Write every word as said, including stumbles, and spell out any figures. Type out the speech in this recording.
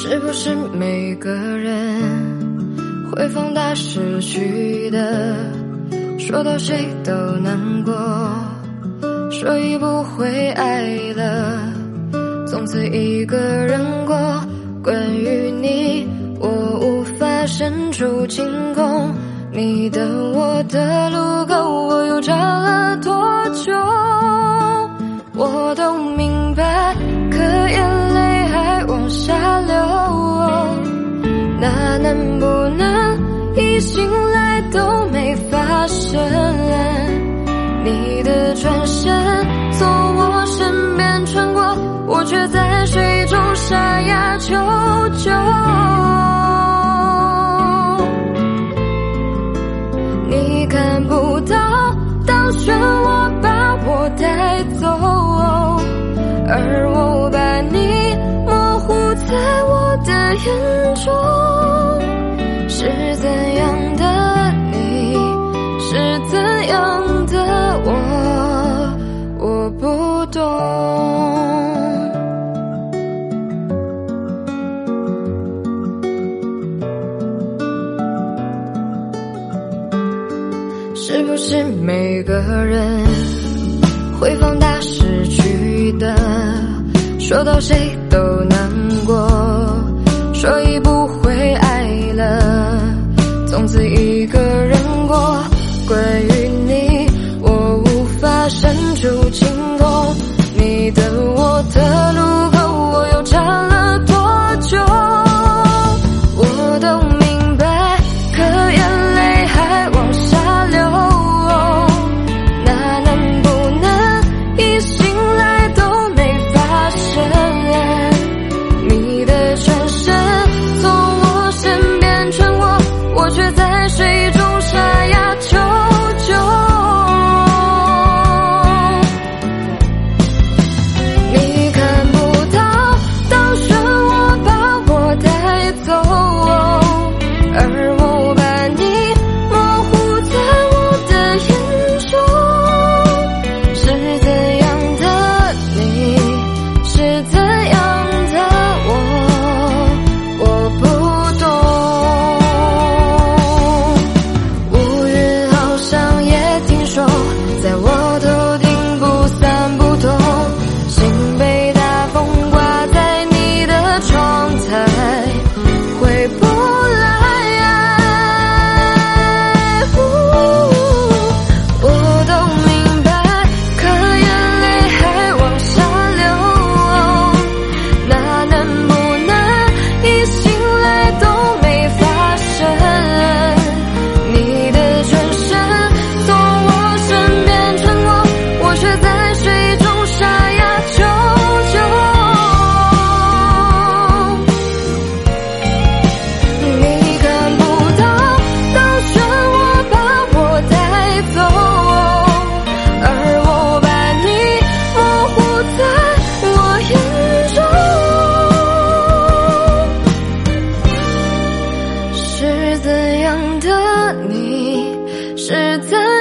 是不是每个人会放大失去的，说到谁都难过，说已不会爱了，从此一个人过。关于你，我无法伸出进攻，你的我的路口，我又找了多久？我都明白，可眼泪还往下流，那能不能一醒来都没发生？你的转身从我身边穿过，我却在水中沙哑求救。你看不到，倒漩涡把我带走，而我把你模糊在我的眼中。是怎样的你，是怎样的我，我不懂。是不是每个人会放大失去的，说到谁都难过，说已不会爱了，从此一个人过。关于你，我无法伸出进攻，你的我的路口，我又找了多久？我都明白，可眼泪还往下流，那能不能一醒来都没发生？你的转身从我身边穿过，我却在水中沙哑求救。你看不到，倒漩涡把我带走，而我把你模糊在我的眼中。是怎样的你，是怎样的我，我不懂。乌云好像也听说，在我头顶不散不动，心被大风刮在你的窗台，回不来。我都明白，可眼泪还往下流，那能不能一醒来都没发生？你的转身从我身边穿过，我却在水中沙哑求救。你看不到，倒漩涡把我带走，而我把你模糊在我眼中。是怎样的你，是怎